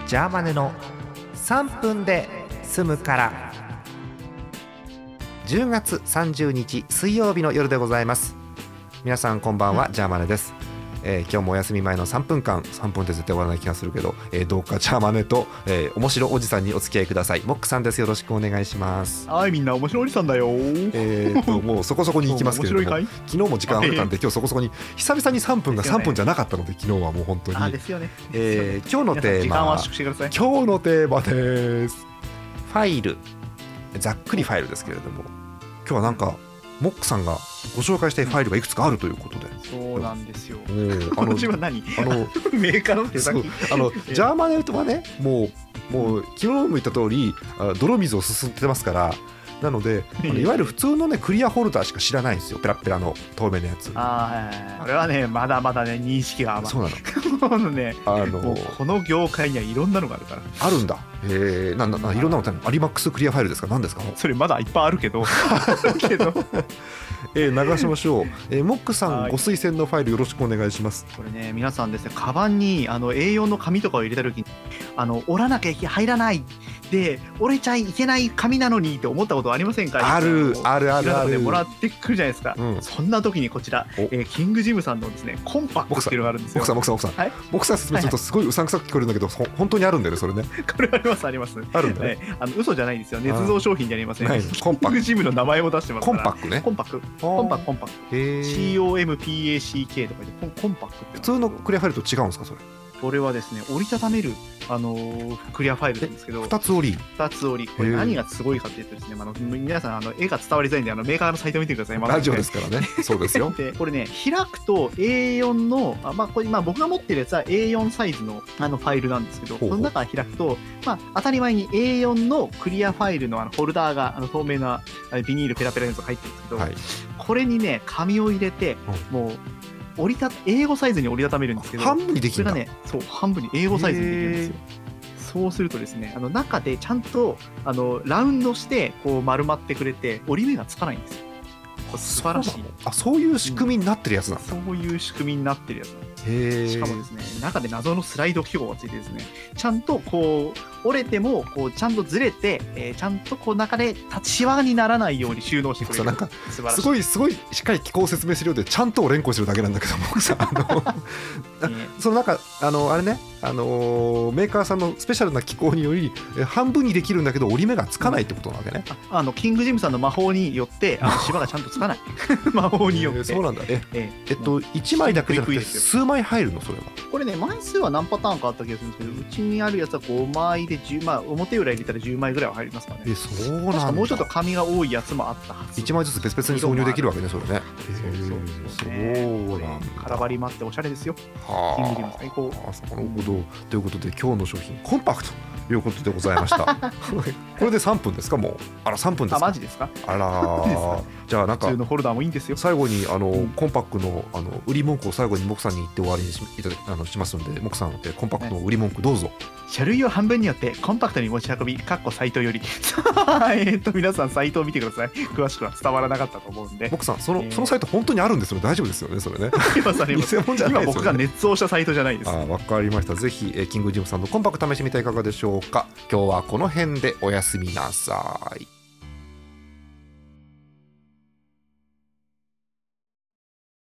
ジャーマネの3分で済むから。10月30日水曜日の夜でございます。皆さんこんばんは、ジャーマネです。今日もお休み前の3分間、3分って絶対終わらない気がするけど、どうかジャーマネと、面白おじさんにお付き合いください。モックさんです。よろしくお願いします。 はい、みんな面白いおじさんだよ。 もうそこそこに行きますけれども、昨日も時間あったんで、今日そこそこに久々に3分が3分じゃなかったので、昨日はもう本当にですよね。 今日のテーマです。ファイル、ざっくりファイルですけれども、今日はなんかモックさんがご紹介したいファイルがいくつかあるということで。 そうなんですよ。私は何メーカーの手先。 ジャーマネはね、もう昨日も言った通り泥水を進んでますから、なのでいわゆる普通のねクリアホルダーしか知らないんですよ。ペラペラの透明なやつ。 これはねまだまだね認識が甘い。 そうなの。 ね、もうこの業界にはいろんなのがあるから。 あるんだ。いろんなのアリマックスクリアファイルですか。何ですか。 それまだいっぱいあるけど。 流しましょう。モックさんご推薦のファイルよろしくお願いします。 これね、皆さんですね、カバンにA4 の紙とかを入れた時に折らなきゃ入らないで折れちゃいけない紙なのにって思ったことありませんか。 あるでもらってくるじゃないですか、そんな時にこちら、キングジムさんのですねコンパクトっていうのがあるんですよ。 モクさん説明するとすごいうさんくさく聞こえるんだけど、本当にあるんだよねそれね。 これありますあるんだね。嘘じゃないんですよ。捏造商品じゃありません。キングジムの名前を出してますから。 コンパクね。 コンパク COMPACK とかでコンパクって。 普通のクリアファイルと違うんですか。それ。 これはですね、折りたためるクリアファイルなんですけど、 2つ折り。 これ何がすごいかっていうとですね、皆さん絵が伝わりづらいんでメーカーのサイトを見てください。 ラジオですからね。そうですよ。 でこれね、開くと A4 のこれ僕が持ってるやつは A4 サイズのファイルなんですけど、その中開くと当たり前に A4 のクリアファイルのホルダーが透明なビニールペラペラのやつが入ってるんですけど、これにね紙を入れてもう英語サイズに折りたためるんですけど、 半分にできるんだ。 それがね、そう半分に英語サイズにできるんですよ。そうするとですね、中でちゃんとラウンドしてこう丸まってくれて折り目がつかないんですよ。素晴らしい。 そういう仕組みになってるやつなんだ。 そういう仕組みになってるやつなんです。しかもですね、中で謎のスライド機構がついてですね、ちゃんとこう折れてもこうちゃんとずれて、ちゃんとこう中でシワにならないように収納してくれる。 なんかすごいしっかり機構を説明するようでちゃんと連呼してるだけなんだけど、僕さそのなんかあれね、メーカーさんのスペシャルな機構により半分にできるんだけど折り目がつかないってことなわけね。 キングジムさんの魔法によってシワがちゃんとつかない。魔法によって。 そうなんだ。1枚だけじゃなくて数枚入るの。それはこれね、枚数は何パターンかあった気がするんですけど、うちにあるやつは5枚で10枚、表裏入れたら10枚ぐらいは入りますからね。 そうなんだ。 確かもうちょっと紙が多いやつもあったはず。 1枚ずつ別々に挿入できるわけね、それね。 そうなんだ。空張りもあっておしゃれですよ。キングジム最高。 なるほど。ということで今日の商品コンパクトということでございました。これで3分ですか。もう3分ですか。 マジですか。 じゃあなんか普通のフォルダーもいいんですよ。 最後にコンパクトの売り文句を最後にモクさんに言って終わりにしますので、モクさんコンパクトの売り文句どうぞ。 書類を半分によってコンパクトに持ち運びサイトより皆さんサイトを見てください。詳しくは伝わらなかったと思うんで。 モクさんそのサイト本当にあるんですよね。大丈夫ですよねそれね。 今僕が捏造したサイトじゃないです。 わかりました。ぜひキングジムさんのコンパクト試してみてはいかがでしょうか。今日はこの辺でおやすみなさい。